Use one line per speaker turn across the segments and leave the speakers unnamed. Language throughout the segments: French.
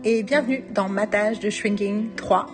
et bienvenue dans Matage de Shrinking 3.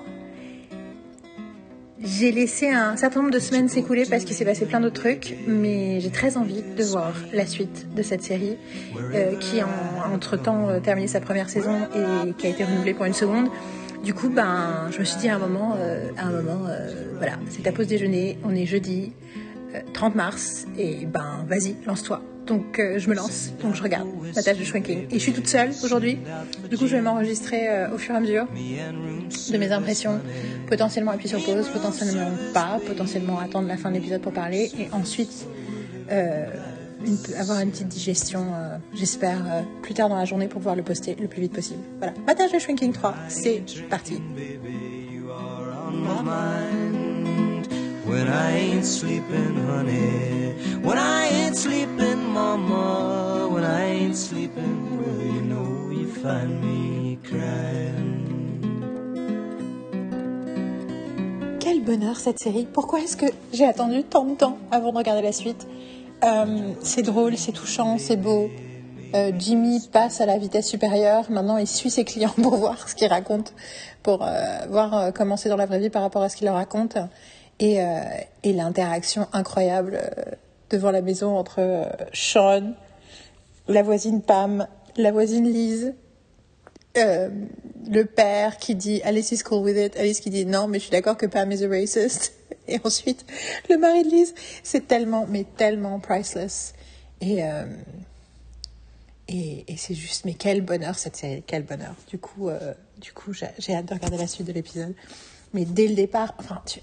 J'ai laissé un certain nombre de semaines s'écouler parce qu'il s'est passé plein d'autres trucs, mais j'ai très envie de voir la suite de cette série qui a entre-temps terminé sa première saison et qui a été renouvelée pour une seconde. Du coup, je me suis dit à un moment, voilà, c'est ta pause déjeuner, on est jeudi 30 mars, et vas-y, lance-toi. Donc je me lance, donc je regarde Matage de Shrinking. Et je suis toute seule aujourd'hui, du coup je vais m'enregistrer au fur et à mesure de mes impressions, potentiellement appuyer sur pause, potentiellement pas, potentiellement attendre la fin de l'épisode pour parler, et ensuite avoir une petite digestion, j'espère, plus tard dans la journée pour pouvoir le poster le plus vite possible. Voilà, Matage de Shrinking 3, c'est parti. When I ain't sleeping, honey. When I ain't sleeping, mama. When I ain't sleeping, well, you know you find me crying. Quel bonheur cette série. Pourquoi est-ce que j'ai attendu tant de temps avant de regarder la suite? C'est drôle, c'est touchant, c'est beau. Jimmy passe à la vitesse supérieure. Maintenant, il suit ses clients pour voir ce qu'il raconte, pour voir comment c'est dans la vraie vie par rapport à ce qu'il leur raconte. Et l'interaction incroyable devant la maison entre Sean, la voisine Pam, la voisine Liz, le père qui dit Alice is cool with it, Alice qui dit non mais je suis d'accord que Pam is a racist, et ensuite le mari de Liz, c'est tellement priceless, et c'est juste, mais quel bonheur cette série, quel bonheur. Du coup j'ai hâte de regarder la suite de l'épisode, mais dès le départ,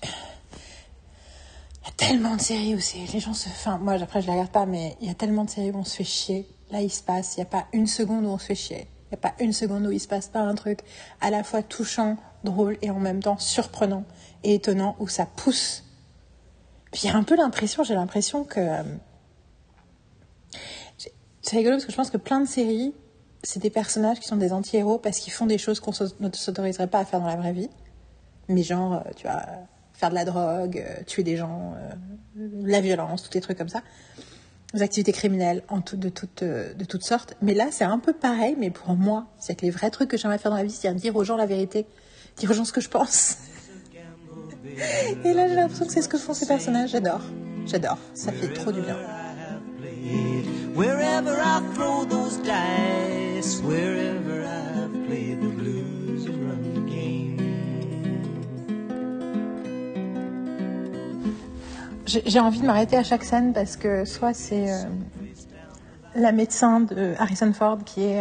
il y a tellement de séries où les gens se... moi, après, je les regarde pas, mais il y a tellement de séries où on se fait chier. Là, il n'y a pas une seconde où on se fait chier. Il n'y a pas une seconde où il se passe pas un truc à la fois touchant, drôle et en même temps surprenant et étonnant, où ça pousse. Puis j'ai l'impression que... C'est rigolo parce que je pense que plein de séries, c'est des personnages qui sont des anti-héros parce qu'ils font des choses qu'on ne s'autoriserait pas à faire dans la vraie vie. Mais genre, tu vois... faire de la drogue, tuer des gens, la violence, tous les trucs comme ça, des activités criminelles de toutes sortes. Mais là, c'est un peu pareil, mais pour moi, c'est que les vrais trucs que j'aimerais faire dans la vie, c'est dire aux gens la vérité, dire aux gens ce que je pense. Et là, j'ai l'impression que c'est ce que font ces personnages. J'adore, ça fait trop du bien. Wherever I throw those dice, wherever I've played the blues and run the game. J'ai envie de m'arrêter à chaque scène parce que soit c'est la médecin de Harrison Ford qui est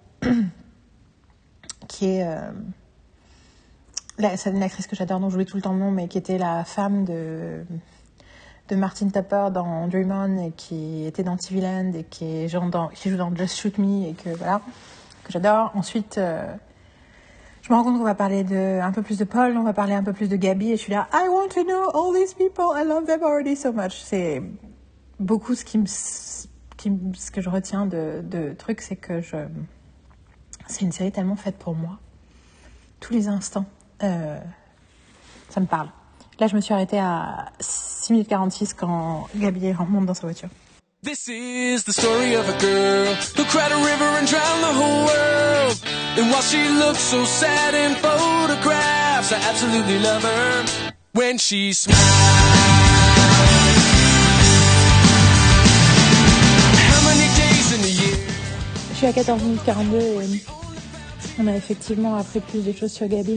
c'est une actrice que j'adore, dont j'oublie tout le temps le nom, mais qui était la femme de Martin Tapper dans Dream On, et qui était dans TV Land, et qui joue dans Just Shoot Me, et que j'adore. Ensuite je me rends compte qu'on va parler un peu plus de Paul, on va parler un peu plus de Gabi, et je suis là, I want to know all these people, I love them already so much. C'est beaucoup ce que je retiens de trucs, c'est que c'est une série tellement faite pour moi. Tous les instants, ça me parle. Là, je me suis arrêtée à 6 minutes 46 quand Gabi monte dans sa voiture. This is the story of a girl who cried a river and drowned the whole world. And while she looks so sad in photographs, I absolutely love her when she smiles. How many days in a year? Je suis à 14 minutes 42 et on a effectivement appris plus de choses sur Gabi.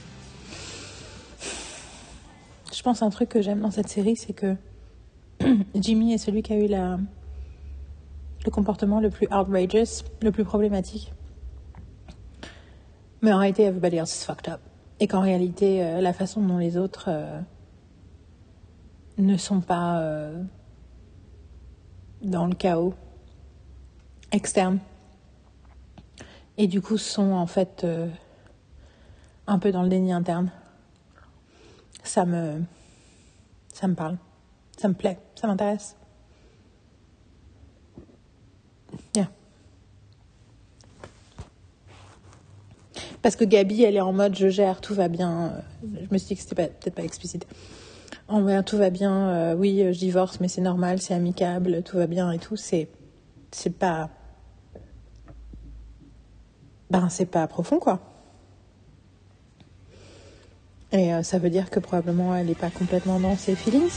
Je pense un truc que j'aime dans cette série, c'est que Jimmy est celui qui a eu le comportement le plus outrageous, le plus problématique. Mais en réalité, everybody else is fucked up. Et qu'en réalité, la façon dont les autres ne sont pas dans le chaos externe. Et du coup, sont en fait un peu dans le déni interne. Ça me parle. Ça me plaît, ça m'intéresse. Yeah. Parce que Gabi, elle est en mode je gère, tout va bien. Je me suis dit que c'était peut-être pas explicite. En vrai, tout va bien, oui, je divorce, mais c'est normal, c'est amicable, tout va bien et tout. C'est pas... c'est pas profond, quoi. Et ça veut dire que probablement elle n'est pas complètement dans ses feelings.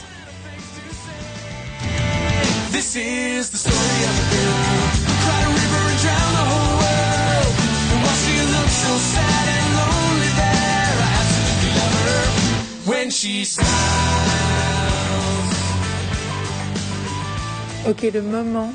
This is the story of a girl who cried a river and drowned the whole world. And while she looked so sad and lonely there, I absolutely love her when she smiles. Ok, le moment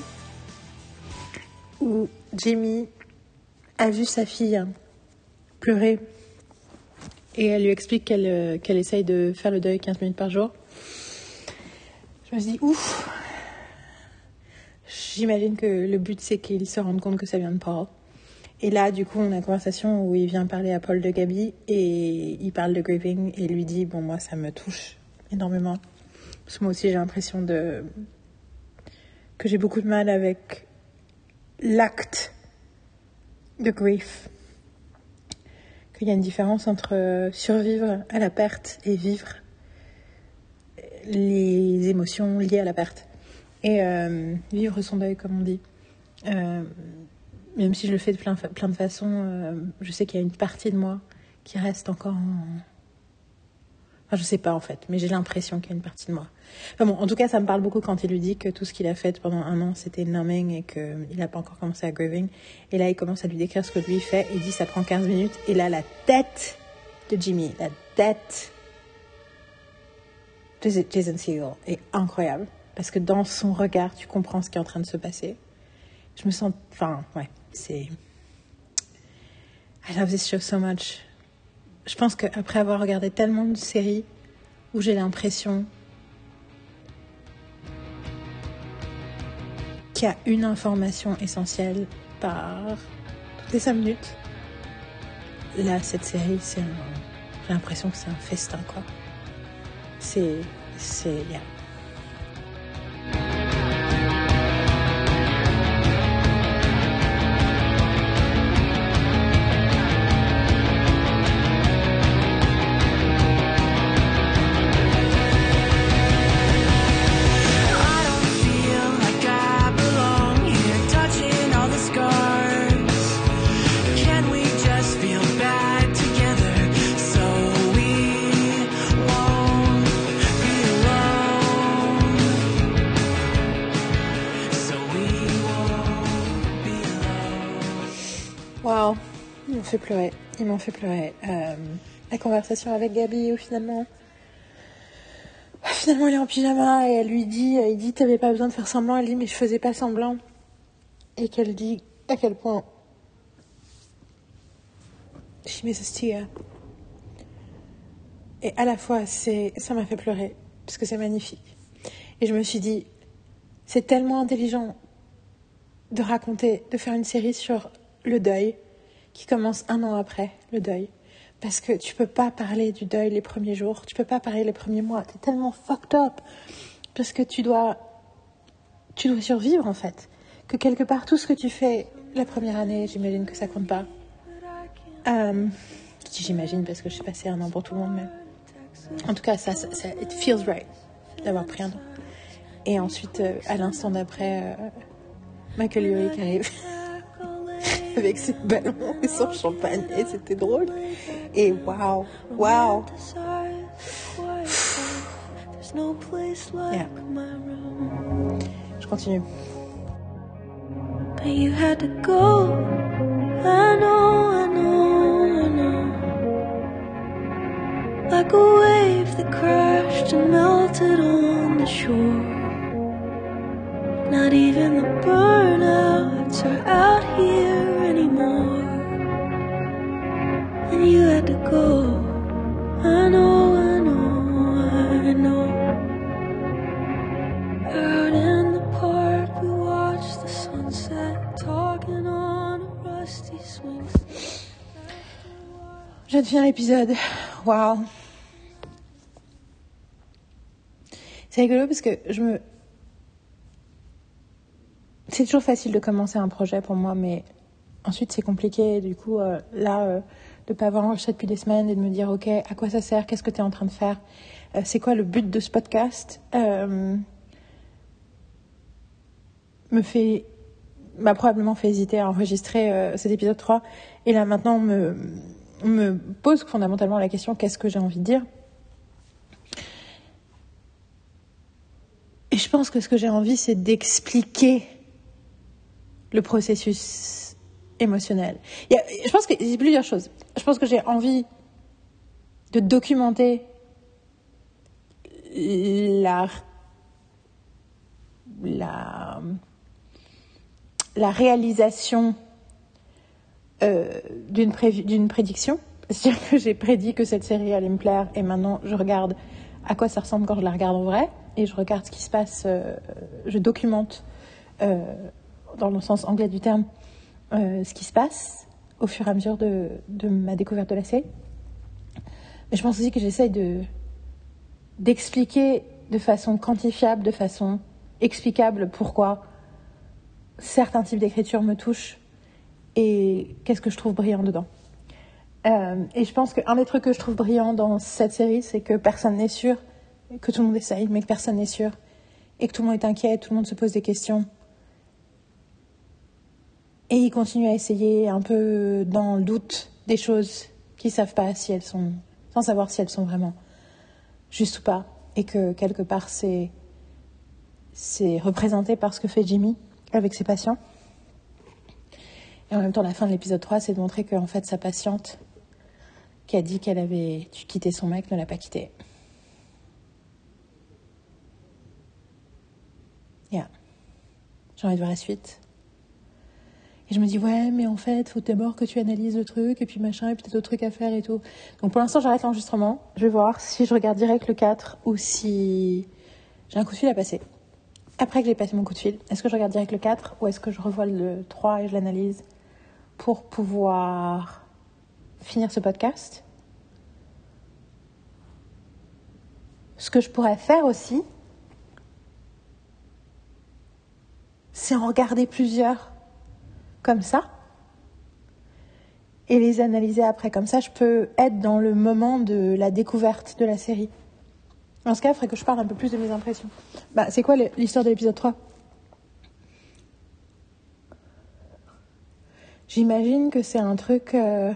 où Jamie a vu sa fille pleurer et elle lui explique qu'elle essaye de faire le deuil 15 minutes par jour. Je me suis dit, ouf, j'imagine que le but c'est qu'il se rende compte que ça vient de Paul. Et là, du coup, on a une conversation où il vient parler à Paul de Gabi et il parle de grieving et lui dit, bon, moi ça me touche énormément. Parce que moi aussi j'ai l'impression que j'ai beaucoup de mal avec l'acte de grief. Qu'il y a une différence entre survivre à la perte et vivre les émotions liées à la perte. Et vivre son deuil, comme on dit. Même si je le fais de plein de façons, je sais qu'il y a une partie de moi qui reste encore en... Enfin, je sais pas en fait, mais j'ai l'impression qu'il y a une partie de moi. Enfin bon, en tout cas, ça me parle beaucoup quand il lui dit que tout ce qu'il a fait pendant 1 an, c'était numbing et qu'il n'a pas encore commencé à grieving. Et là, il commence à lui décrire ce que lui fait. Il dit, ça prend 15 minutes. Et là, la tête de Jimmy, la tête de Jason Segel est incroyable. Parce que dans son regard, tu comprends ce qui est en train de se passer. Je me sens... Enfin, ouais, c'est... I love this show so much. Je pense qu'après avoir regardé tellement de séries où j'ai l'impression qu'il y a une information essentielle par toutes les 5 minutes, là, cette série, j'ai l'impression que c'est un festin, quoi. C'est... Yeah. Wow, ils m'ont fait pleurer. La conversation avec Gabi où finalement il est en pyjama et il dit t'avais pas besoin de faire semblant, elle dit mais je faisais pas semblant, et qu'elle dit à quel point she misses tear. Et à la fois ça m'a fait pleurer parce que c'est magnifique. Et je me suis dit c'est tellement intelligent de faire une série sur le deuil qui commence 1 an après le deuil. Parce que tu peux pas parler du deuil les premiers jours, tu peux pas parler les premiers mois, t'es tellement fucked up. Parce que tu dois survivre en fait. Que quelque part, tout ce que tu fais la première année, j'imagine que ça compte pas. Je dis j'imagine parce que je suis passée 1 an pour tout le monde, mais en tout cas, ça it feels right d'avoir pris 1 an. Et ensuite, à l'instant d'après, Michael Urie qui arrive avec ses ballons et son champagne, et c'était drôle. Et waouh. Yeah. Je continue. But you had to go. I know. Like a wave that crashed and melted on the shore. Not even the burnouts are out here anymore. And you had to go. I know. Out in the park we watched the sunset, talking on a rusty swing. Je viens de finir l'épisode. Waouh. C'est rigolo parce que c'est toujours facile de commencer un projet pour moi, mais ensuite c'est compliqué. Du coup, de pas avoir enregistré depuis des semaines et de me dire, ok, à quoi ça sert? Qu'est-ce que tu es en train de faire? C'est quoi le but de ce podcast? M'a probablement fait hésiter à enregistrer cet épisode 3. Et là, maintenant, me pose fondamentalement la question, qu'est-ce que j'ai envie de dire ? Et je pense que ce que j'ai envie, c'est d'expliquer le processus émotionnel. Je pense qu'il y a plusieurs choses. Je pense que j'ai envie de documenter la réalisation d'une prédiction. C'est-à-dire que j'ai prédit que cette série allait me plaire et maintenant je regarde à quoi ça ressemble quand je la regarde en vrai et je regarde ce qui se passe, je documente dans le sens anglais du terme ce qui se passe au fur et à mesure de ma découverte de la série. Mais je pense aussi que j'essaye d'expliquer de façon quantifiable, de façon explicable pourquoi certains types d'écriture me touchent et qu'est-ce que je trouve brillant dedans. Et je pense qu'un des trucs que je trouve brillant dans cette série, c'est que personne n'est sûr, que tout le monde essaye, mais que personne n'est sûr, et que tout le monde est inquiet, tout le monde se pose des questions. Et ils continuent à essayer un peu dans le doute des choses qu'ils ne savent pas si elles sont, sans savoir si elles sont vraiment justes ou pas. Et que quelque part, c'est représenté par ce que fait Jimmy avec ses patients. Et en même temps, la fin de l'épisode 3, c'est de montrer qu'en fait, sa patiente, qui a dit qu'elle avait quitté son mec, ne l'a pas quitté. Yeah. J'ai envie de voir la suite. Et je me dis, ouais, mais en fait, faut d'abord que tu analyses le truc, et puis machin, et puis t'as d'autres trucs à faire et tout. Donc pour l'instant, j'arrête l'enregistrement. Je vais voir si je regarde direct le 4 ou si j'ai un coup de fil à passer. Après que j'ai passé mon coup de fil, est-ce que je regarde direct le 4 ou est-ce que je revois le 3 et je l'analyse pour pouvoir finir ce podcast ? Ce que je pourrais faire aussi, c'est en regarder plusieurs comme ça et les analyser après. Comme ça, je peux être dans le moment de la découverte de la série. Dans ce cas, il faudrait que je parle un peu plus de mes impressions. C'est quoi l'histoire de l'épisode 3 ? J'imagine que c'est un truc...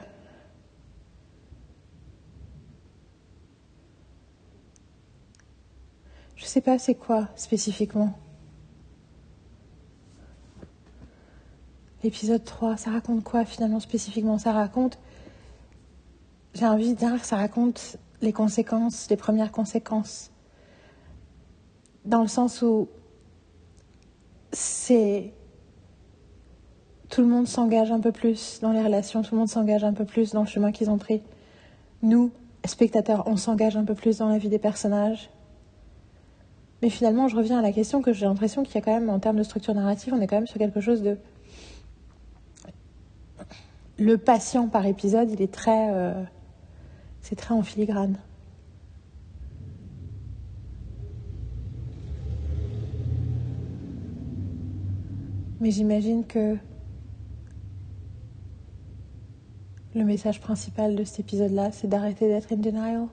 Je sais pas c'est quoi spécifiquement. L'épisode 3, ça raconte quoi finalement spécifiquement ? Ça raconte... J'ai envie de dire que ça raconte les conséquences, les premières conséquences. Dans le sens où c'est... Tout le monde s'engage un peu plus dans les relations, tout le monde s'engage un peu plus dans le chemin qu'ils ont pris. Nous, spectateurs, on s'engage un peu plus dans la vie des personnages. Mais finalement, je reviens à la question que j'ai l'impression qu'il y a quand même, en termes de structure narrative, on est quand même sur quelque chose de... Le patient par épisode, il est très... c'est très en filigrane. Mais j'imagine que le message principal de cet épisode-là, c'est d'arrêter d'être in denial.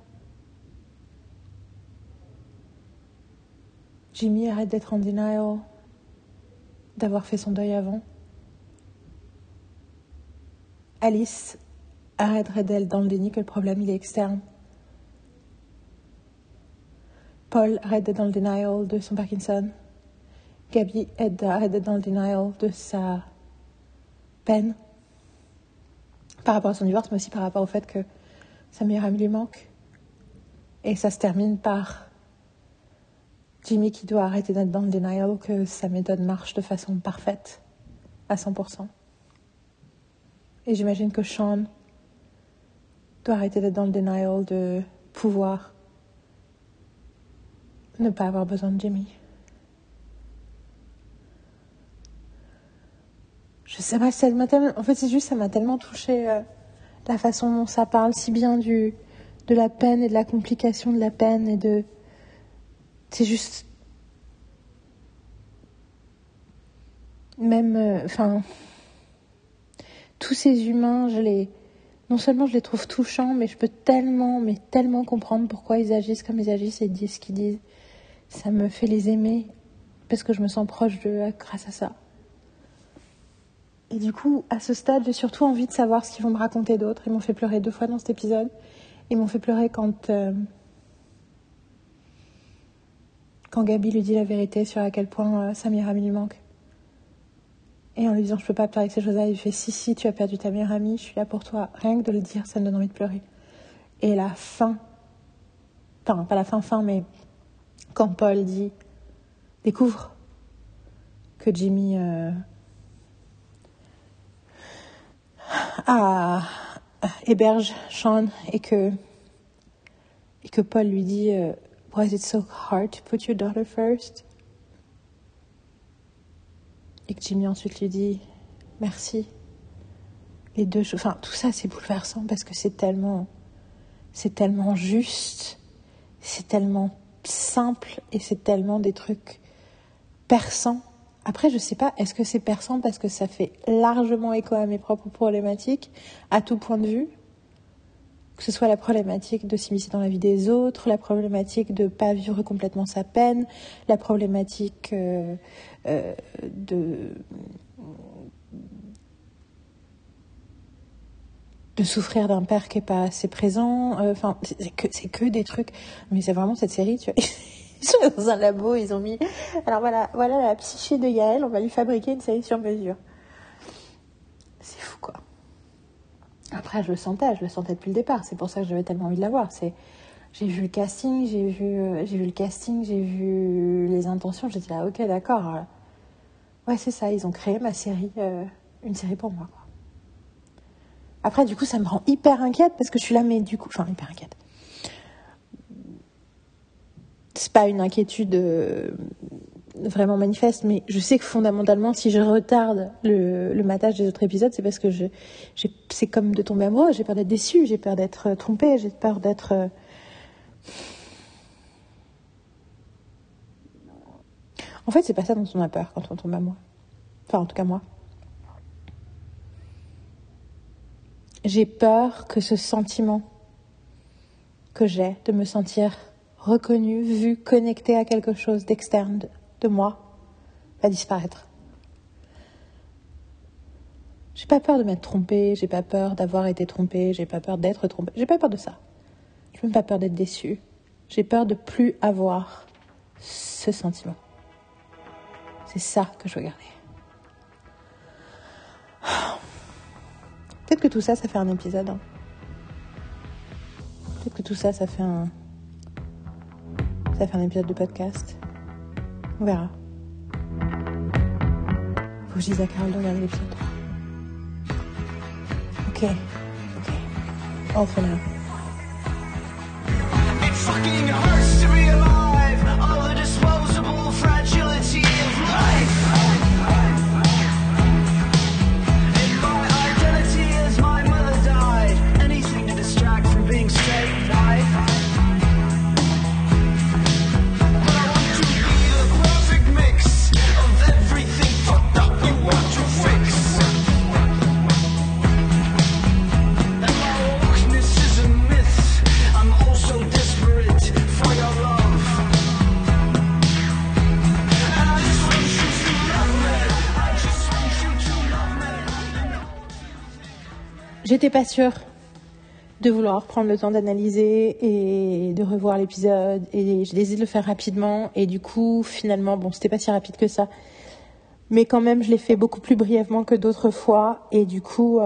Jimmy arrête d'être en denial, d'avoir fait son deuil avant. Alice arrêterait d'être dans le déni que le problème il est externe. Paul arrête d'être dans le denial de son Parkinson. Gabi arrête d'être dans le denial de sa peine par rapport à son divorce, mais aussi par rapport au fait que sa meilleure amie lui manque. Et ça se termine par Jimmy qui doit arrêter d'être dans le denial que sa méthode marche de façon parfaite, à 100%. Et j'imagine que Sean doit arrêter d'être dans le denial de pouvoir ne pas avoir besoin de Jimmy. Je sais pas, ça m'a tellement... En fait, c'est juste, ça m'a tellement touchée la façon dont ça parle si bien de la peine et de la complication de la peine et de... C'est juste... Même... tous ces humains, non seulement je les trouve touchants, mais je peux tellement comprendre pourquoi ils agissent comme ils agissent et disent ce qu'ils disent. Ça me fait les aimer parce que je me sens proche d'eux grâce à ça. Et du coup, à ce stade, j'ai surtout envie de savoir ce qu'ils vont me raconter d'autre. Ils m'ont fait pleurer 2 fois dans cet épisode. Ils m'ont fait pleurer quand Gabi lui dit la vérité sur à quel point sa meilleure amie lui manque. Et en lui disant, je peux pas pleurer avec ces choses-là, il fait, si, tu as perdu ta meilleure amie, je suis là pour toi. Rien que de le dire, ça me donne envie de pleurer. Et la fin, enfin, pas la fin, mais quand Paul découvre que Jimmy héberge Sean et que Paul lui dit Why is it so hard to put your daughter first? Et que Jimmy ensuite lui dit merci. Les deux choses, enfin tout ça c'est bouleversant parce que c'est tellement juste, c'est tellement simple et c'est tellement des trucs perçants. Après, je sais pas, est-ce que c'est perçant parce que ça fait largement écho à mes propres problématiques, à tout point de vue, que ce soit la problématique de s'immiscer dans la vie des autres, la problématique de pas vivre complètement sa peine, la problématique de souffrir d'un père qui est pas assez présent. Enfin, c'est que des trucs. Mais c'est vraiment cette série, tu vois. Ils sont dans un labo, ils ont mis... Alors voilà la psyché de Yael, on va lui fabriquer une série sur mesure. C'est fou, quoi. Après, je le sentais depuis le départ. C'est pour ça que j'avais tellement envie de la voir. J'ai vu le casting, j'ai vu les intentions. J'étais là, ok, d'accord. Ouais, c'est ça, ils ont créé ma série, une série pour moi, quoi. Après, du coup, ça me rend hyper inquiète parce que je suis là, mais du coup... Enfin, hyper inquiète. C'est pas une inquiétude vraiment manifeste, mais je sais que fondamentalement, si je retarde le matage des autres épisodes, c'est parce que c'est comme de tomber amoureux. J'ai peur d'être déçue, j'ai peur d'être trompée, j'ai peur d'être... En fait, c'est pas ça dont on a peur quand on tombe amoureux. Enfin, en tout cas, moi. J'ai peur que ce sentiment que j'ai de me sentir reconnue, vue, connectée à quelque chose d'externe de moi va disparaître. J'ai pas peur de m'être trompée, j'ai pas peur d'avoir été trompée, j'ai pas peur d'être trompée, j'ai pas peur de ça. J'ai même pas peur d'être déçue. J'ai peur de plus avoir ce sentiment. C'est ça que je veux garder. Peut-être que tout ça, ça fait un épisode. Hein. Peut-être que tout ça, ça fait un épisode de podcast. On verra. Faut que je dise à Carole de regarder l'épisode 3. Ok. All for now. It fucking hurts to be alive. All the disposable fragility of life. And my identity as my mother died. Anything to distract from being straight life. But I want to be the perfect mix of everything fucked up you want to fix. And my wokeness is a myth. I'm also desperate for your love. And I just want you to love me. I just want you to love me. J'étais pas sûre de vouloir prendre le temps d'analyser et de revoir l'épisode, et j'ai décidé de le faire rapidement, et du coup finalement c'était pas si rapide que ça, mais quand même je l'ai fait beaucoup plus brièvement que d'autres fois, et du coup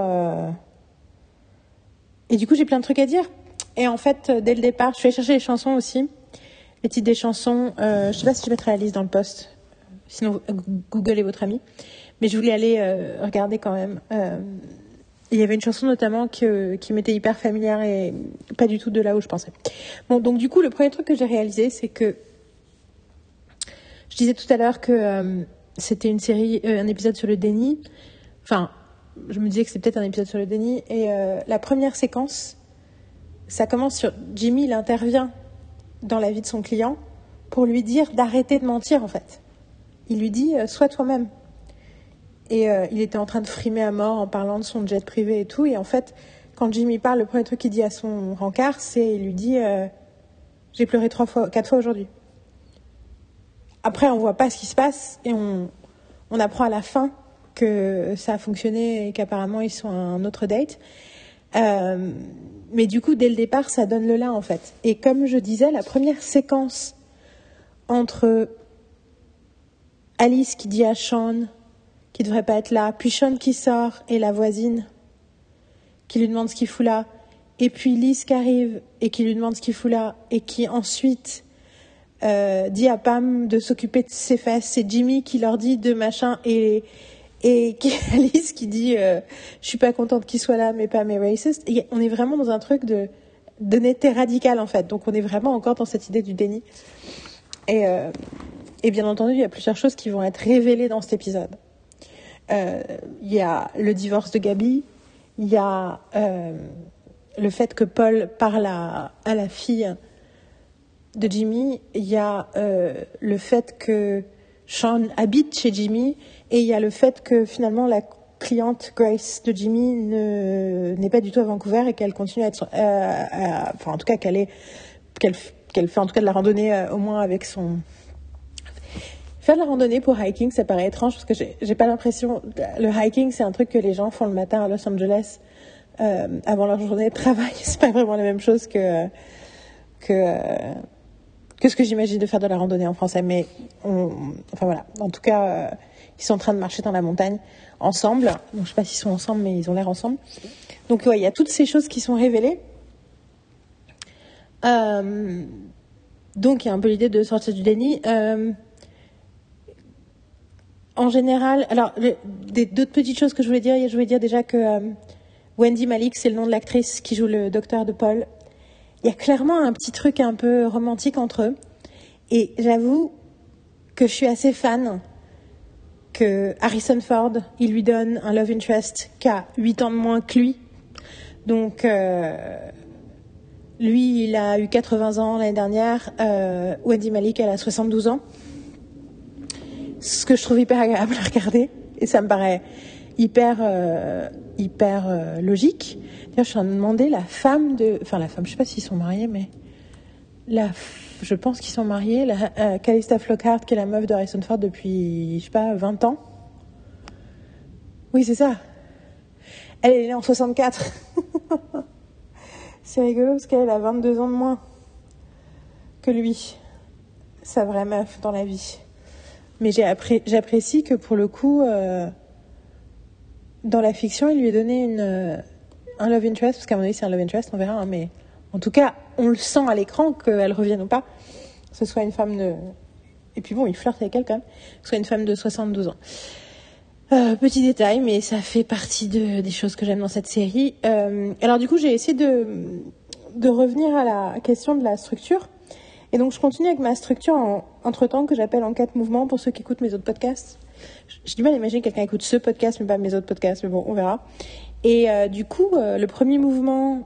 j'ai plein de trucs à dire. Et en fait dès le départ je suis allée chercher les chansons aussi, les titres des chansons. Je sais pas si je mettrai la liste dans le post, sinon Google est votre ami, mais je voulais aller regarder quand même. Il y avait une chanson notamment qui m'était hyper familière et pas du tout de là où je pensais. Bon, donc du coup, le premier truc que j'ai réalisé, c'est que je disais tout à l'heure que c'était une série, un épisode sur le déni. Enfin, je me disais que c'était peut-être un épisode sur le déni. Et la première séquence, ça commence sur Jimmy, il intervient dans la vie de son client pour lui dire d'arrêter de mentir, en fait. Il lui dit « sois toi-même ». Et il était en train de frimer à mort en parlant de son jet privé et tout. Et en fait, quand Jimmy parle, le premier truc qu'il dit à son rencard, il lui dit j'ai pleuré 4 fois aujourd'hui. Après, on voit pas ce qui se passe et on apprend à la fin que ça a fonctionné et qu'apparemment ils sont à un autre date. Mais du coup, dès le départ, ça donne le là, en fait. Et comme je disais, la première séquence entre Alice qui dit à Sean qu'il ne devrait pas être là, puis Sean qui sort et la voisine qui lui demande ce qu'il fout là, et puis Liz qui arrive et qui lui demande ce qu'il fout là, et qui ensuite dit à Pam de s'occuper de ses fesses, c'est Jimmy qui leur dit de machin, et Alice qui dit je suis pas contente qu'il soit là, mais Pam est raciste. Et on est vraiment dans un truc d'honnêteté radicale, en fait. Donc on est vraiment encore dans cette idée du déni. Et bien entendu, il y a plusieurs choses qui vont être révélées dans cet épisode. Il y a le divorce de Gabi, il y a le fait que Paul parle à la fille de Jimmy, il y a le fait que Sean habite chez Jimmy, et il y a le fait que finalement la cliente Grace de Jimmy n'est pas du tout à Vancouver et qu'elle continue à être enfin en tout cas qu'elle fait en tout cas de la randonnée au moins avec son... Faire de la randonnée pour hiking, ça paraît étrange parce que j'ai pas l'impression... Le hiking, c'est un truc que les gens font le matin à Los Angeles avant leur journée de travail. C'est pas vraiment la même chose que ce que j'imagine de faire de la randonnée en français. Mais enfin voilà, en tout cas, ils sont en train de marcher dans la montagne ensemble. Donc, je sais pas s'ils sont ensemble, mais ils ont l'air ensemble. Donc ouais, il y a toutes ces choses qui sont révélées. Donc il y a un peu l'idée de sortir du déni. En général, alors d'autres petites choses que je voulais dire déjà que Wendy Malik, c'est le nom de l'actrice qui joue le docteur de Paul. Il y a clairement un petit truc un peu romantique entre eux. Et j'avoue que je suis assez fan que Harrison Ford, il lui donne un love interest qui a 8 ans de moins que lui. Donc, lui, il a eu 80 ans l'année dernière. Wendy Malik, elle a 72 ans. Ce que je trouve hyper agréable à regarder. Et ça me paraît hyper logique. D'ailleurs, je suis en train de demander la femme, je sais pas s'ils sont mariés, mais je pense qu'ils sont mariés. Calista Flockhart, qui est la meuf de Harrison Ford depuis, je sais pas, 20 ans. Oui, c'est ça. Elle est née en 64. C'est rigolo parce qu'elle a 22 ans de moins que lui. Sa vraie meuf dans la vie. Mais j'apprécie que pour le coup, dans la fiction, il lui ait donné un love interest, parce qu'à mon avis c'est un love interest, on verra, hein, mais en tout cas, on le sent à l'écran, qu'elle revienne ou pas, que ce soit une femme de... Et puis bon, il flirte avec elle quand même, que ce soit une femme de 72 ans. Petit détail, mais ça fait partie des choses que j'aime dans cette série. Alors du coup, j'ai essayé de revenir à la question de la structure. Et donc, je continue avec ma structure entre-temps, que j'appelle en 4 mouvements, pour ceux qui écoutent mes autres podcasts. J'ai du mal à imaginer que quelqu'un écoute ce podcast, mais pas mes autres podcasts, mais bon, on verra. Et du coup, le premier mouvement,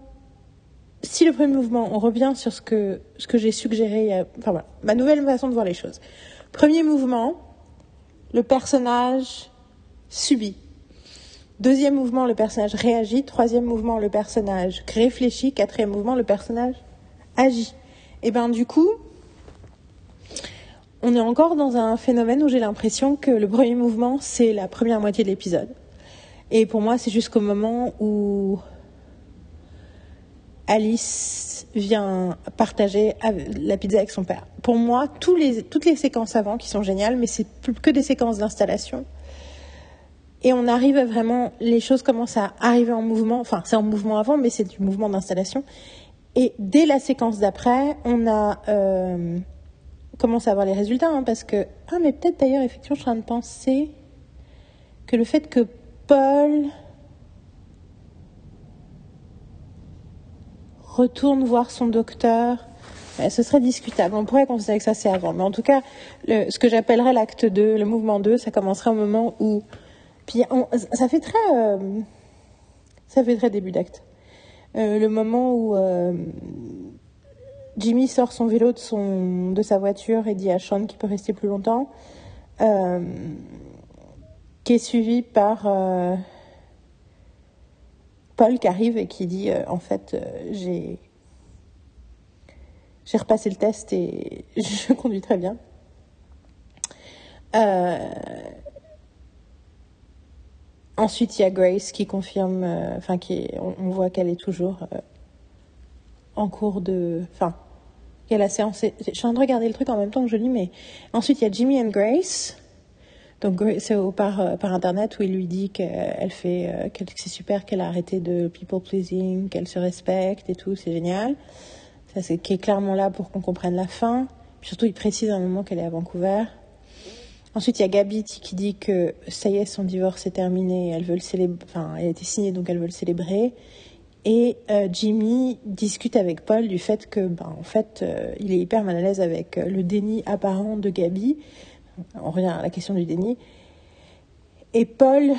on revient sur ce que j'ai suggéré, enfin voilà, ma nouvelle façon de voir les choses. Premier mouvement, le personnage subit. Deuxième mouvement, le personnage réagit. Troisième mouvement, le personnage réfléchit. Quatrième mouvement, le personnage agit. Et ben du coup, on est encore dans un phénomène où j'ai l'impression que le premier mouvement, c'est la première moitié de l'épisode. Et pour moi, c'est jusqu'au moment où Alice vient partager la pizza avec son père. Pour moi, toutes les séquences avant qui sont géniales, mais c'est plus que des séquences d'installation. Et on arrive à vraiment... Les choses commencent à arriver en mouvement. Enfin, c'est en mouvement avant, mais c'est du mouvement d'installation. Et dès la séquence d'après, on a commencé à voir les résultats. Parce que... Ah, mais peut-être d'ailleurs, effectivement, je suis en train de penser que le fait que Paul retourne voir son docteur, ce serait discutable. On pourrait considérer que ça, c'est avant. Mais en tout cas, ce que j'appellerais l'acte 2, le mouvement 2, ça commencerait au moment où... Puis ça fait très début d'acte. Le moment où Jimmy sort son vélo de sa voiture et dit à Sean qu'il peut rester plus longtemps, qui est suivi par Paul qui arrive et qui dit en fait j'ai repassé le test et je conduis très bien. Ensuite, il y a Grace qui confirme, on voit qu'elle est toujours en cours de... Enfin, il y a la séance... Je suis en train de regarder le truc en même temps que je lis, mais... Ensuite, il y a Jimmy and Grace. Donc, c'est par Internet où il lui dit qu'elle fait... que c'est super, qu'elle a arrêté de people pleasing, qu'elle se respecte et tout, c'est génial. Ça, c'est qui est clairement là pour qu'on comprenne la fin. Puis surtout, il précise à un moment qu'elle est à Vancouver. Ensuite, il y a Gabi qui dit que ça y est, son divorce est terminé, elle veut le célébrer, enfin, elle a été signée, donc elle veut le célébrer. Et Jimmy discute avec Paul du fait que, en fait, il est hyper mal à l'aise avec le déni apparent de Gabi. On revient à la question du déni. Et Paul...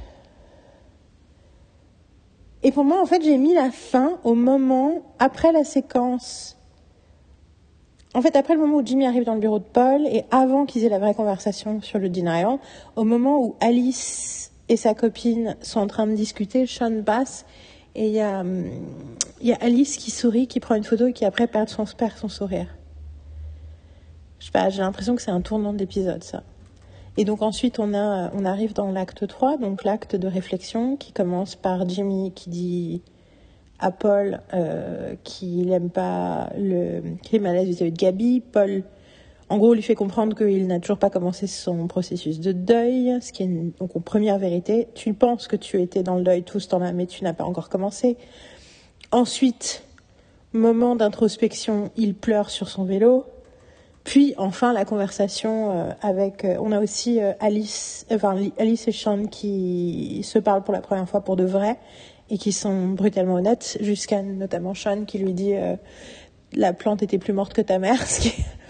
Et pour moi, en fait, j'ai mis la fin au moment, après la séquence... En fait, après le moment où Jimmy arrive dans le bureau de Paul et avant qu'ils aient la vraie conversation sur le denial, au moment où Alice et sa copine sont en train de discuter, Sean passe et il y a Alice qui sourit, qui prend une photo et qui après perd son sourire. Je sais pas, j'ai l'impression que c'est un tournant de l'épisode, ça. Et donc ensuite, on arrive dans l'acte 3, donc l'acte de réflexion qui commence par Jimmy qui dit... à Paul qu'il n'aime pas qu'il est mal à l'aise vis-à-vis de Gabi. Paul, en gros, lui fait comprendre qu'il n'a toujours pas commencé son processus de deuil, ce qui est donc une première vérité. Tu penses que tu étais dans le deuil tout ce temps-là, mais tu n'as pas encore commencé. Ensuite, moment d'introspection, il pleure sur son vélo. Puis, enfin, la conversation avec... on a aussi Alice et Sean qui se parlent pour la première fois pour de vrai et qui sont brutalement honnêtes, jusqu'à notamment Sean qui lui dit la plante était plus morte que ta mère, ce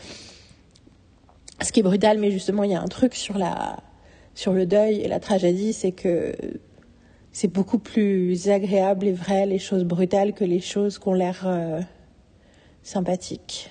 qui est brutal, mais justement, il y a un truc sur le deuil et la tragédie, c'est que c'est beaucoup plus agréable et vrai, les choses brutales, que les choses qui ont l'air sympathiques.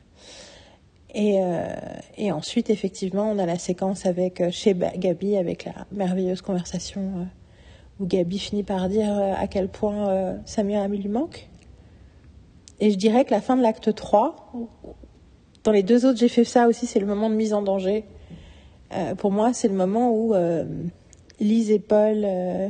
Et ensuite, effectivement, on a la séquence avec chez Gabi, avec la merveilleuse conversation où Gabi finit par dire à quel point sa meilleure amie lui manque. Et je dirais que la fin de l'acte 3, dans les deux autres, j'ai fait ça aussi, c'est le moment de mise en danger. Pour moi, c'est le moment où Lise et Paul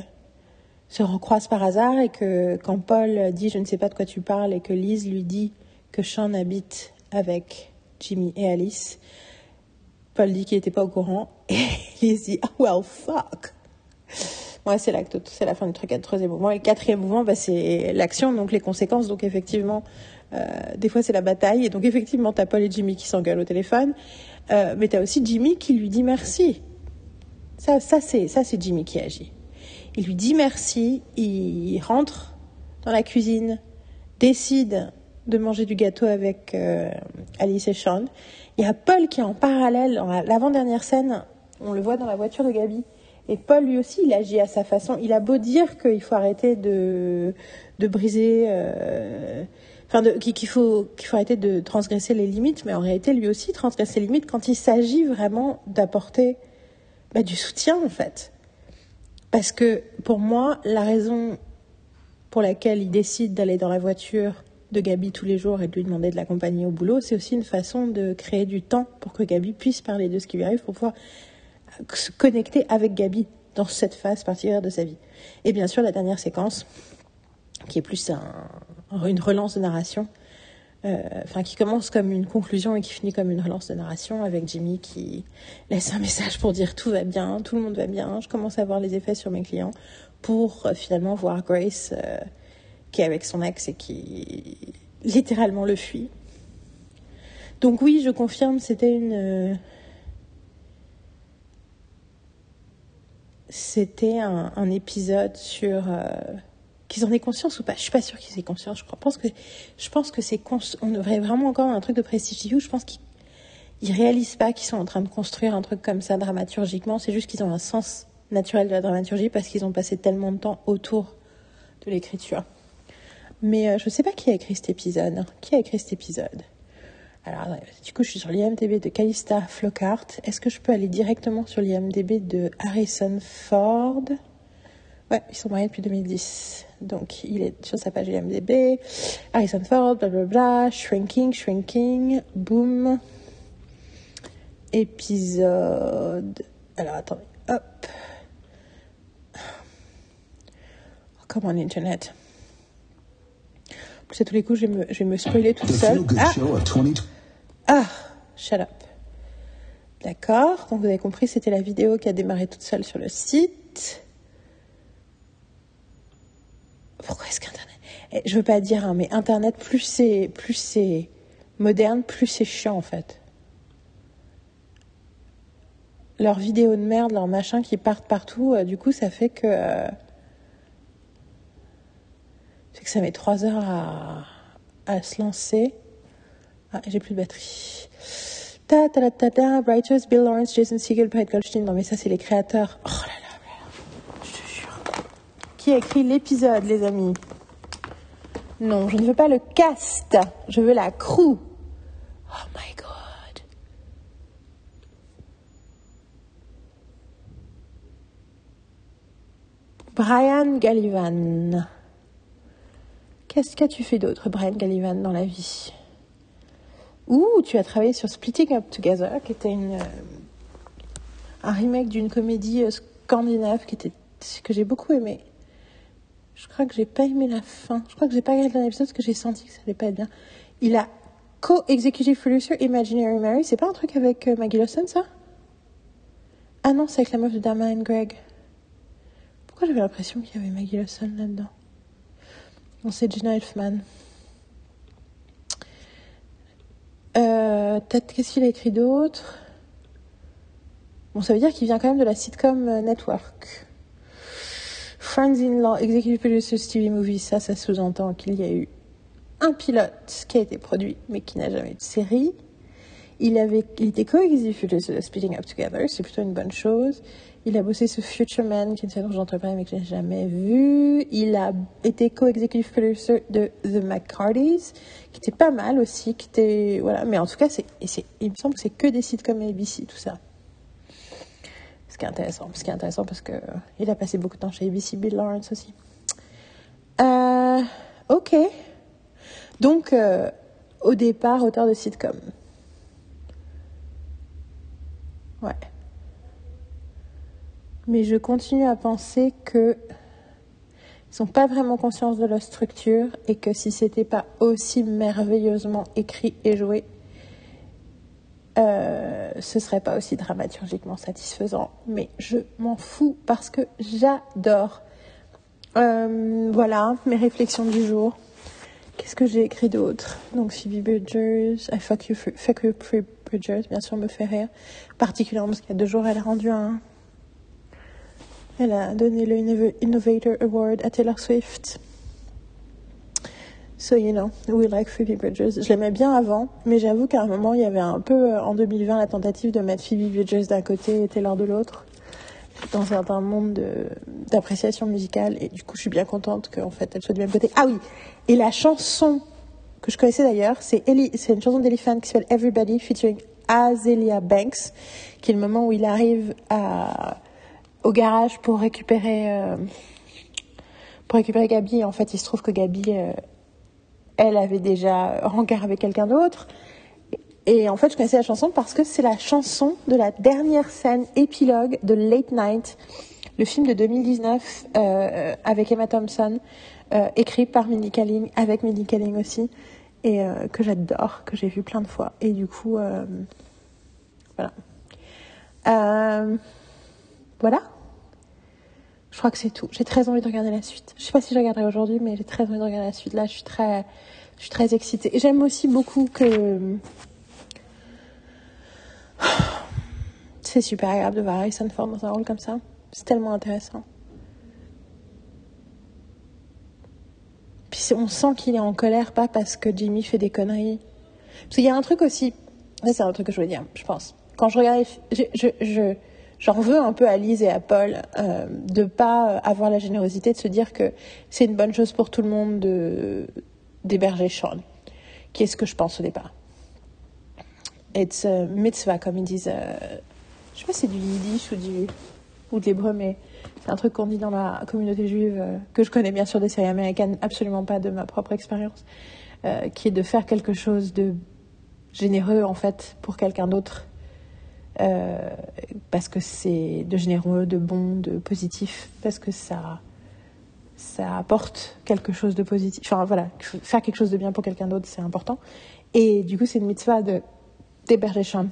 se recroisent par hasard et que quand Paul dit « je ne sais pas de quoi tu parles » et que Lise lui dit que Sean habite avec Jimmy et Alice, Paul dit qu'il n'était pas au courant et Lise dit « oh well, fuck ». Ouais, c'est la fin du truc, le troisième mouvement. Et le quatrième mouvement, c'est l'action, donc les conséquences. Donc effectivement, des fois c'est la bataille. Et donc effectivement, t'as Paul et Jimmy qui s'engueulent au téléphone. Mais t'as aussi Jimmy qui lui dit merci. Ça c'est Jimmy qui agit. Il lui dit merci, il rentre dans la cuisine, décide de manger du gâteau avec Alice et Sean. Il y a Paul qui est en parallèle, dans l'avant-dernière scène, on le voit dans la voiture de Gabi. Et Paul, lui aussi, il agit à sa façon. Il a beau dire qu'il faut arrêter de briser... qu'il faut arrêter de transgresser les limites, mais en réalité, lui aussi, transgresse les limites quand il s'agit vraiment d'apporter du soutien, en fait. Parce que, pour moi, la raison pour laquelle il décide d'aller dans la voiture de Gabi tous les jours et de lui demander de l'accompagner au boulot, c'est aussi une façon de créer du temps pour que Gabi puisse parler de ce qui lui arrive, pour pouvoir se connecter avec Gabi dans cette phase particulière de sa vie. Et bien sûr, la dernière séquence, qui est plus une relance de narration, qui commence comme une conclusion et qui finit comme une relance de narration, avec Jimmy qui laisse un message pour dire tout va bien, tout le monde va bien, je commence à voir les effets sur mes clients, pour finalement voir Grace qui est avec son ex et qui littéralement le fuit. Donc oui, je confirme, c'était un épisode sur qu'ils en aient conscience ou pas. Je suis pas sûre qu'ils aient conscience. Je pense que on devrait vraiment encore un truc de Prestige TV. Je pense qu'ils réalisent pas qu'ils sont en train de construire un truc comme ça dramaturgiquement. C'est juste qu'ils ont un sens naturel de la dramaturgie parce qu'ils ont passé tellement de temps autour de l'écriture. Mais je sais pas qui a écrit cet épisode. Qui a écrit cet épisode? Alors, du coup, je suis sur l'IMDb de Calista Flockhart. Est-ce que je peux aller directement sur l'IMDb de Harrison Ford? Ouais, ils sont mariés depuis 2010. Donc, il est sur sa page IMDb. Harrison Ford, blablabla, Shrinking, boom. Épisode... Alors, attendez, hop. come on Internet. Plus à tous les coups, je vais me spoiler toute seule. Shut up. D'accord, donc vous avez compris, c'était la vidéo qui a démarré toute seule sur le site. Pourquoi est-ce qu'Internet... Je veux pas dire, hein, mais Internet, plus c'est moderne, plus c'est chiant en fait. Leurs vidéos de merde, leurs machins qui partent partout, du coup ça fait que ça met 3 heures à se lancer. J'ai plus de batterie. Writers Bill Lawrence, Jason Segel, Pat Goldstein. Non mais ça c'est les créateurs. Oh là là, je te jure. Qui a écrit l'épisode, les amis? Non, je ne veux pas le cast, je veux la crew. Oh my god. Brian Gallivan. Qu'as-tu fait d'autre, Brian Gallivan, dans la vie? Tu as travaillé sur Splitting Up Together, qui était un remake d'une comédie scandinave que j'ai beaucoup aimé. Je crois que j'ai pas aimé la fin. Je crois que j'ai pas regardé l'épisode parce que j'ai senti que ça allait pas être bien. Il a co-executive producer Imaginary Mary. C'est pas un truc avec Maggie Lawson, ça? Ah non, c'est avec la meuf de Dharma and Greg. Pourquoi j'avais l'impression qu'il y avait Maggie Lawson là-dedans? Non, c'est Gina Elfman. Peut-être, qu'est-ce qu'il a écrit d'autre? Bon, ça veut dire qu'il vient quand même de la sitcom Network. Friends-in-Law, Executive Producer TV Movie, ça sous-entend qu'il y a eu un pilote qui a été produit, mais qui n'a jamais eu de série. Il était co-executive producer de Splitting Up Together, c'est plutôt une bonne chose. Il a bossé sur Future Man, qui est une série dont j'entends parler, mais que je n'ai jamais vue. Il a été co-executive producer de The McCartys, qui était pas mal aussi, voilà. Mais en tout cas, il me semble que c'est que des sitcoms ABC, tout ça. Ce qui est intéressant parce que il a passé beaucoup de temps chez ABC, Bill Lawrence aussi. Ok. Donc, au départ, auteur de sitcom. Ouais. Mais je continue à penser que ils n'ont pas vraiment conscience de leur structure et que si c'était pas aussi merveilleusement écrit et joué, ce serait pas aussi dramaturgiquement satisfaisant. Mais je m'en fous parce que j'adore. Voilà mes réflexions du jour. Qu'est-ce que j'ai écrit d'autre? Donc Phoebe Bridgers, Fuck You Free Bridgers, bien sûr, me fait rire. Particulièrement parce qu'il y a 2 jours, elle a donné le Innovator Award à Taylor Swift. So, we like Phoebe Bridgers. Je l'aimais bien avant, mais j'avoue qu'à un moment, il y avait un peu, en 2020, la tentative de mettre Phoebe Bridgers d'un côté et Taylor de l'autre, dans un monde d'appréciation musicale, et du coup, je suis bien contente qu'en fait, elle soit du même côté. Ah oui, et la chanson que je connaissais d'ailleurs, c'est une chanson d'Elephant qui s'appelle Everybody, featuring Azealia Banks, qui est le moment où il arrive au garage pour récupérer Gabi. Et en fait, il se trouve que Gabi, elle avait déjà rencard avec quelqu'un d'autre. Et en fait, je connaissais la chanson parce que c'est la chanson de la dernière scène épilogue de Late Night, le film de 2019 avec Emma Thompson, écrit par Mindy Kaling, avec Mindy Kaling aussi, et que j'adore, que j'ai vu plein de fois. Et du coup, voilà. Voilà. Je crois que c'est tout. J'ai très envie de regarder la suite. Je sais pas si je regarderai aujourd'hui, mais j'ai très envie de regarder la suite. Là, je suis très excitée. Et j'aime aussi beaucoup que c'est super agréable de voir Harrison Ford dans un rôle comme ça. C'est tellement intéressant. Puis on sent qu'il est en colère, pas parce que Jimmy fait des conneries. Parce qu'il y a un truc aussi, ça c'est un truc que je voulais dire, je pense. Quand je regarde, j'en veux un peu à Lise et à Paul de pas avoir la générosité de se dire que c'est une bonne chose pour tout le monde d'héberger Sean, qui est ce que je pense au départ. It's a mitzvah, comme ils disent. Je sais pas si c'est du yiddish ou de l'hébreu, mais c'est un truc qu'on dit dans la communauté juive que je connais bien sûr des séries américaines, absolument pas de ma propre expérience, qui est de faire quelque chose de généreux en fait pour quelqu'un d'autre. Parce que c'est de généreux, de bon, de positif, parce que ça ça apporte quelque chose de positif. Enfin voilà, faire quelque chose de bien pour quelqu'un d'autre, c'est important. Et du coup, c'est une mitzvah d'héberger Sham.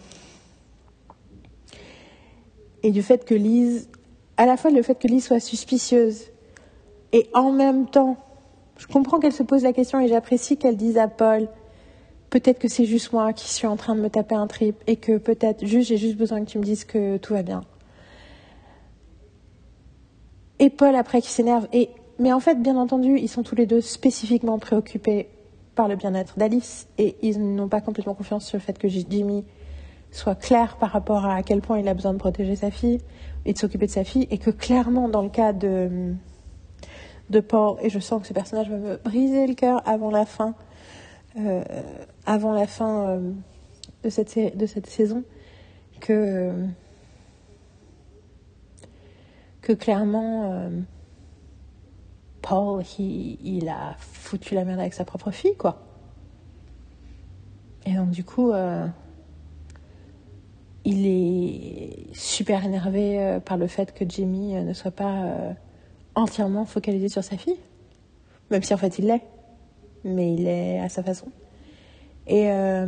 Et du fait que Lise, à la fois le fait que Lise soit suspicieuse, et en même temps, je comprends qu'elle se pose la question et j'apprécie qu'elle dise à Paul, peut-être que c'est juste moi qui suis en train de me taper un trip et que peut-être j'ai juste besoin que tu me dises que tout va bien. Et Paul après qui s'énerve. Mais en fait, bien entendu, ils sont tous les deux spécifiquement préoccupés par le bien-être d'Alice et ils n'ont pas complètement confiance sur le fait que Jimmy soit clair par rapport à quel point il a besoin de protéger sa fille et de s'occuper de sa fille, et que clairement dans le cas de Paul, et je sens que ce personnage va me briser le cœur avant la fin de cette saison, que clairement Paul il a foutu la merde avec sa propre fille, quoi. Et donc du coup il est super énervé par le fait que Jimmy ne soit pas entièrement focalisé sur sa fille, même si en fait il l'est, mais il est à sa façon. Et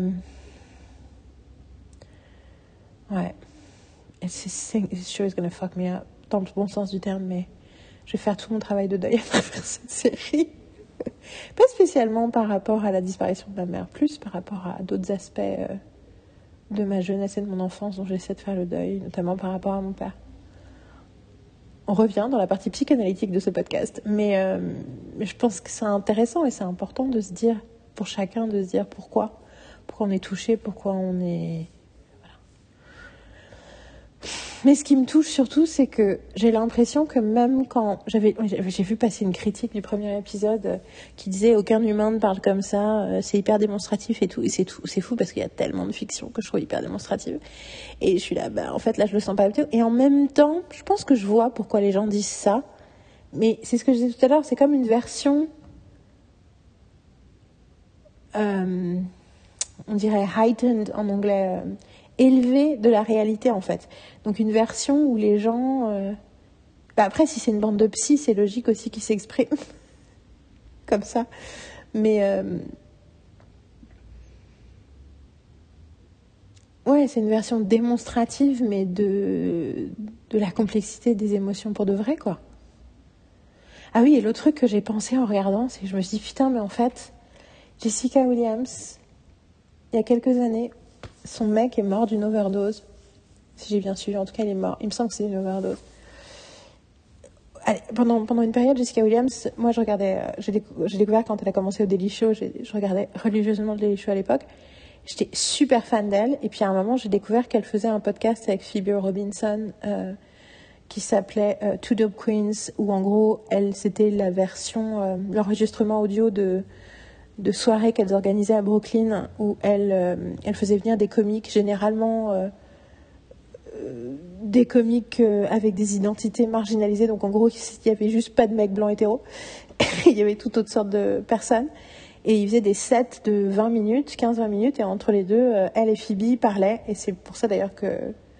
ouais, it's sure is gonna fuck me up dans le bon sens du terme, mais je vais faire tout mon travail de deuil à travers cette série. Pas spécialement par rapport à la disparition de ma mère, plus par rapport à d'autres aspects de ma jeunesse et de mon enfance dont j'essaie de faire le deuil, notamment par rapport à mon père. On revient dans la partie psychanalytique de ce podcast, mais je pense que c'est intéressant et c'est important de se dire, pour chacun, de se dire pourquoi on est touché, pourquoi on est... Voilà. Mais ce qui me touche surtout, c'est que j'ai l'impression que même quand j'ai vu passer une critique du premier épisode qui disait aucun humain ne parle comme ça, c'est hyper démonstratif et tout, c'est fou parce qu'il y a tellement de fiction que je trouve hyper démonstrative, et je suis là, en fait là je le sens pas du tout, et en même temps je pense que je vois pourquoi les gens disent ça, mais c'est ce que je disais tout à l'heure, c'est comme une version on dirait heightened en anglais, élevée de la réalité en fait. Donc une version où les gens... après, si c'est une bande de psy, c'est logique aussi qu'ils s'expriment comme ça. Mais... ouais, c'est une version démonstrative, mais de la complexité des émotions pour de vrai, quoi. Ah oui, et l'autre truc que j'ai pensé en regardant, c'est que je me suis dit, putain, mais en fait, Jessica Williams, il y a quelques années, son mec est mort d'une overdose. Si j'ai bien suivi, en tout cas, il est mort. Il me semble que c'est une overdose. Allez, pendant une période, Jessica Williams, moi je regardais, j'ai découvert quand elle a commencé au Daily Show, je regardais religieusement le Daily Show à l'époque. J'étais super fan d'elle, et puis à un moment j'ai découvert qu'elle faisait un podcast avec Phoebe Robinson qui s'appelait Two Dope Queens, où en gros c'était la version, l'enregistrement audio de soirées qu'elles organisaient à Brooklyn, où elle faisait venir des comiques, généralement des comiques avec des identités marginalisées. Donc en gros, il n'y avait juste pas de mecs blancs hétéros. Il y avait toutes autres sortes de personnes. Et ils faisaient des sets de 20 minutes, 15-20 minutes. Et entre les deux, elle et Phoebe parlaient. Et c'est pour ça d'ailleurs que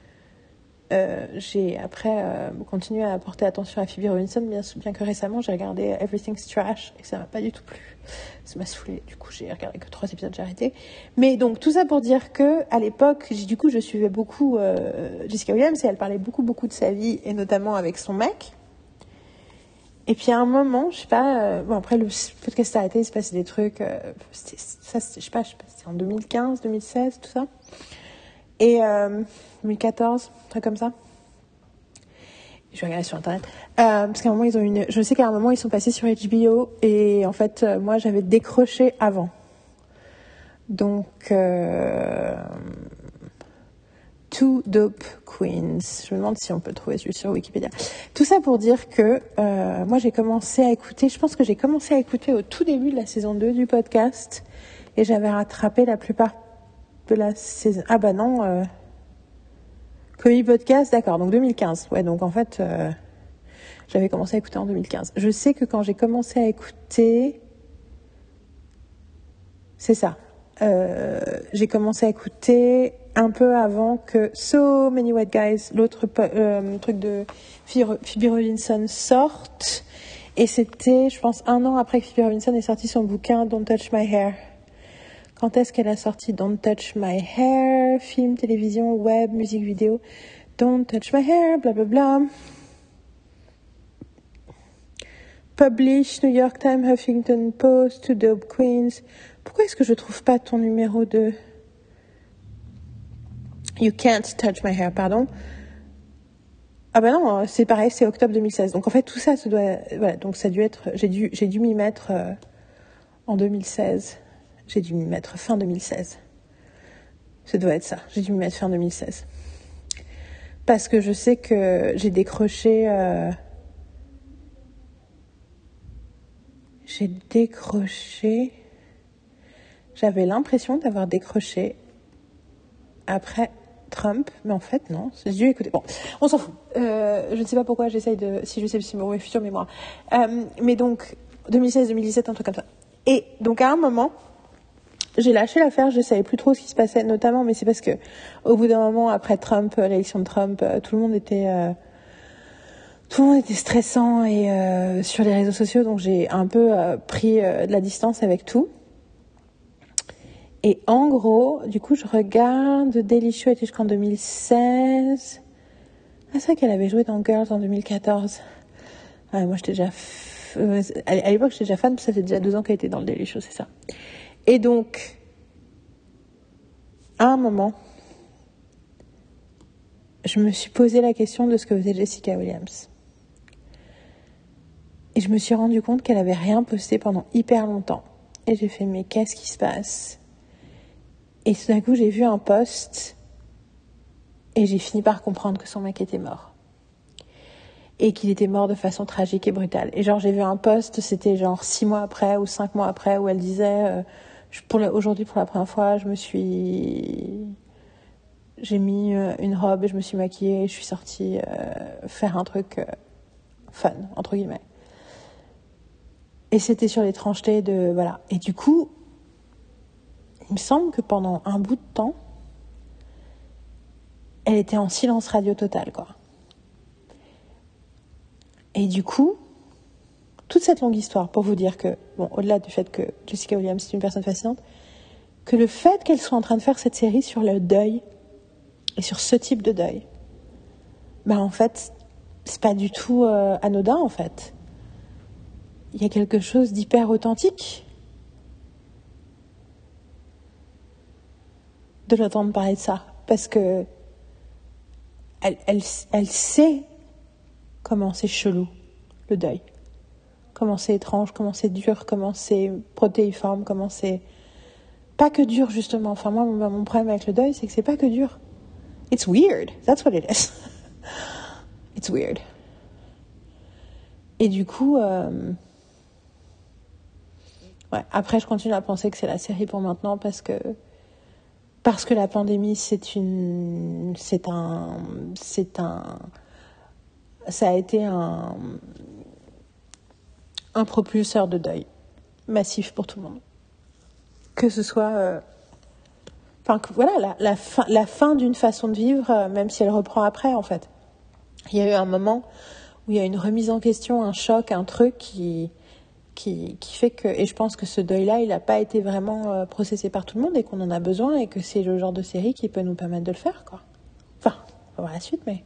j'ai après continué à porter attention à Phoebe Robinson, bien que récemment j'ai regardé Everything's Trash et ça m'a pas du tout plu, ça m'a saoulé, du coup j'ai regardé que 3 épisodes, j'ai arrêté. Mais donc tout ça pour dire que à l'époque je suivais beaucoup Jessica Williams, et elle parlait beaucoup de sa vie, et notamment avec son mec. Et puis à un moment, je sais pas, après le podcast s'est arrêté, il se passait des trucs, je sais pas, c'était en 2015, 2016, tout ça. Et 2014, un truc comme ça. Je vais regarder sur internet. Parce qu'à un moment, je sais qu'à un moment, ils sont passés sur HBO. Et en fait, moi, j'avais décroché avant. Donc, Two Dope Queens. Je me demande si on peut trouver celui sur Wikipédia. Tout ça pour dire que moi, j'ai commencé à écouter. Je pense que j'ai commencé à écouter au tout début de la saison 2 du podcast. Et j'avais rattrapé la plupart de la saison. Ah bah non... Comedy Podcast, d'accord, donc 2015. Ouais, donc en fait, j'avais commencé à écouter en 2015. Je sais que quand j'ai commencé à écouter... C'est ça. J'ai commencé à écouter un peu avant que So Many White Guys, l'autre truc de Phoebe Robinson, sorte. Et c'était, je pense, 1 an après que Phoebe Robinson ait sorti son bouquin Don't Touch My Hair. Quand est-ce qu'elle a sorti Don't Touch My Hair? Film, télévision, web, musique vidéo. Don't Touch My Hair, blablabla. Publish, New York Times, Huffington Post, To Dope Queens. Pourquoi est-ce que je trouve pas ton numéro de... You Can't Touch My Hair, pardon. Ah bah non, c'est pareil, c'est octobre 2016. Donc en fait, tout ça, ça doit... Voilà, donc ça a dû être... J'ai dû m'y mettre en 2016. J'ai dû m'y mettre fin 2016. Ça doit être ça. J'ai dû m'y mettre fin 2016. Parce que je sais que j'ai décroché... J'avais l'impression d'avoir décroché après Trump, mais en fait non, j'ai dû écouter. Bon, on s'en fout. Je ne sais pas pourquoi j'essaye de, si je sais, c'est mes futures mémoires. Mais donc 2016-2017, un truc comme ça. Et donc à un moment, j'ai lâché l'affaire, je savais plus trop ce qui se passait, notamment, mais c'est parce que au bout d'un moment, après Trump, l'élection de Trump, tout le monde était stressant et sur les réseaux sociaux, donc j'ai un peu pris de la distance avec tout. Et en gros, du coup, je regarde Daily Show était jusqu'en 2016. Ah, c'est vrai qu'elle avait joué dans Girls en 2014. Ouais, moi, j'étais déjà... à l'époque, j'étais déjà fan, parce que ça fait déjà 2 ans qu'elle était dans le Daily Show, c'est ça. Et donc, à un moment, je me suis posé la question de ce que faisait Jessica Williams. Et je me suis rendu compte qu'elle avait rien posté pendant hyper longtemps. Et j'ai fait, mais qu'est-ce qui se passe ? Et tout d'un coup, j'ai vu un post et j'ai fini par comprendre que son mec était mort. Et qu'il était mort de façon tragique et brutale. Et genre, j'ai vu un post, c'était genre 6 mois après ou 5 mois après, où elle disait, aujourd'hui, pour la première fois, j'ai mis une robe et je me suis maquillée et je suis sortie faire un truc fun, entre guillemets. Et c'était sur l'étrangeté de... Voilà. Et du coup, il me semble que pendant un bout de temps, elle était en silence radio total, quoi. Et du coup, toute cette longue histoire pour vous dire que, bon, au-delà du fait que Jessica Williams est une personne fascinante, que le fait qu'elle soit en train de faire cette série sur le deuil, et sur ce type de deuil, bah en fait, c'est pas du tout anodin, en fait. Il y a quelque chose d'hyper authentique de l'entendre parler de ça. Parce que elle sait comment c'est chelou, le deuil. Comment c'est étrange, comment c'est dur, comment c'est protéiforme, comment c'est... Pas que dur, justement. Enfin, moi, mon problème avec le deuil, c'est que c'est pas que dur. It's weird. That's what it is. It's weird. Et du coup... Ouais. Après, je continue à penser que c'est la série pour maintenant parce que la pandémie, ça a été un propulseur de deuil massif pour tout le monde. Que ce soit, voilà, la fin d'une façon de vivre, même si elle reprend après, en fait. Il y a eu un moment où il y a une remise en question, un choc, un truc qui fait que, et je pense que ce deuil-là, il n'a pas été vraiment processé par tout le monde et qu'on en a besoin et que c'est le genre de série qui peut nous permettre de le faire, quoi. Enfin, on va voir la suite, mais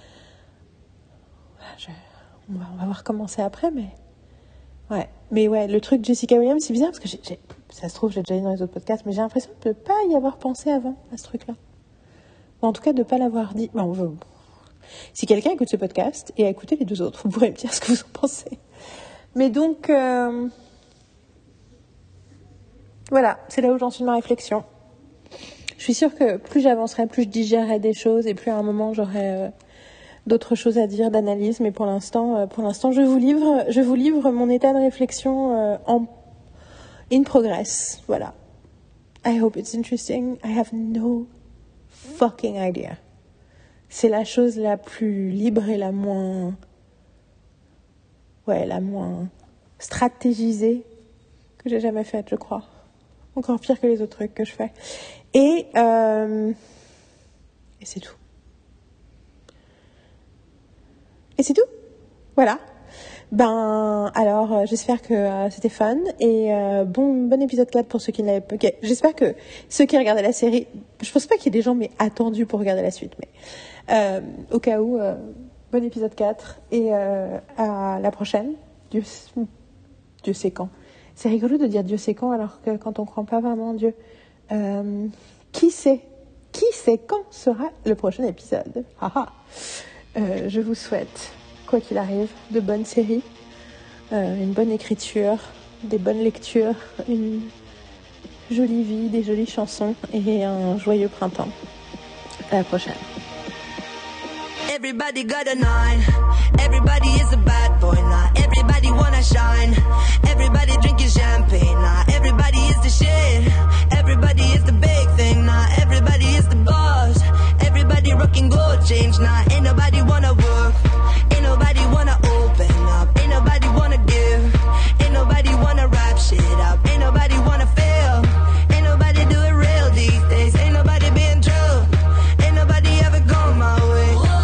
on va voir comment c'est après, mais ouais. Mais ouais, le truc Jessica Williams, c'est bizarre parce que ça se trouve, j'ai déjà dit dans les autres podcasts, mais j'ai l'impression de ne pas y avoir pensé avant à ce truc-là. Ou en tout cas, de ne pas l'avoir dit. Bon, si quelqu'un écoute ce podcast et a écouté les 2 autres, vous pourrez me dire ce que vous en pensez. Mais donc, voilà, c'est là où j'en suis de ma réflexion. Je suis sûre que plus j'avancerai, plus je digérerai des choses et plus à un moment j'aurai d'autres choses à dire, d'analyse. Mais pour l'instant, je vous livre mon état de réflexion in progress. Voilà. I hope it's interesting. I have no fucking idea. C'est la chose la plus libre et la moins stratégisée que j'ai jamais faite, je crois. Encore pire que les autres trucs que je fais. Et c'est tout. Et c'est tout. Voilà. Alors, j'espère que c'était fun et bon épisode 4 pour ceux qui ne l'avaient pas. Okay. J'espère que ceux qui regardaient la série, je pense pas qu'il y ait des gens mais attendus pour regarder la suite, mais au cas où, bon épisode 4 et à la prochaine. Dieu sait quand. C'est rigolo de dire Dieu sait quand alors que quand on croit pas vraiment en Dieu, qui sait quand sera le prochain épisode. Je vous souhaite, quoi qu'il arrive, de bonnes séries, une bonne écriture, des bonnes lectures, une jolie vie, des jolies chansons et un joyeux printemps. À la prochaine.
Everybody got a 9. Everybody is a bad boy now. Everybody wanna shine. Everybody drinking champagne now. Everybody is the shit. Everybody is the big thing now. Everybody is the boss. Everybody rocking gold chains now. Ain't nobody wanna work. Ain't nobody wanna open up. Ain't nobody wanna give. Ain't nobody wanna wrap shit up. Ain't nobody wanna fail. Ain't nobody do it real these days. Ain't nobody being true. Ain't nobody ever gone my way.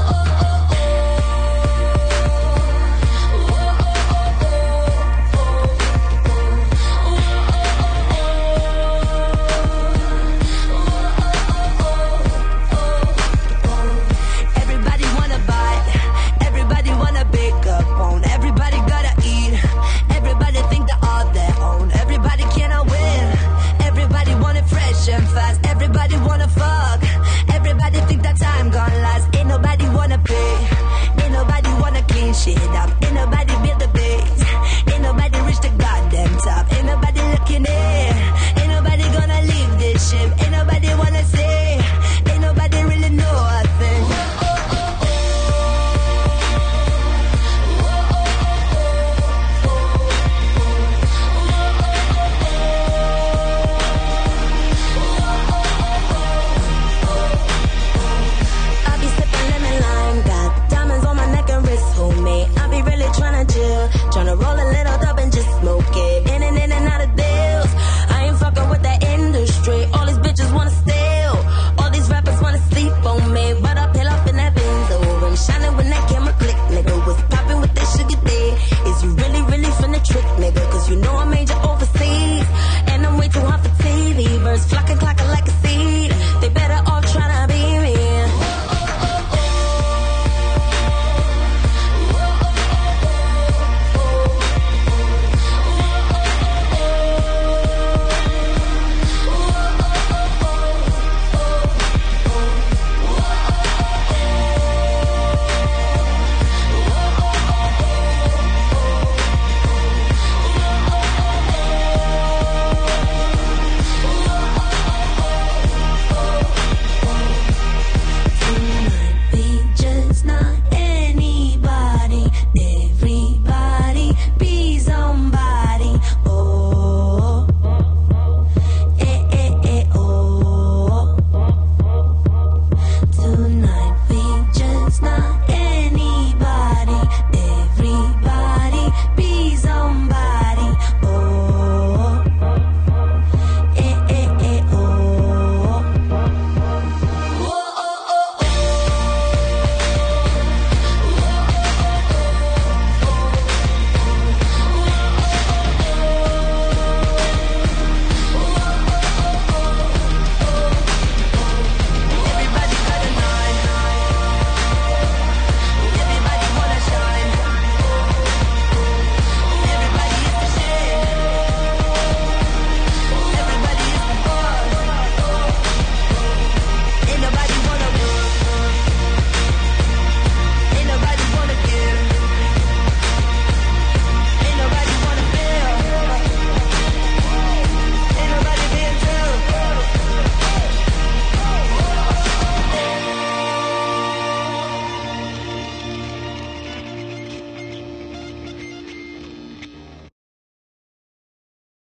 Fast. Everybody wanna fuck. Everybody think that time gone last. Ain't nobody wanna pay. Ain't nobody wanna clean shit up.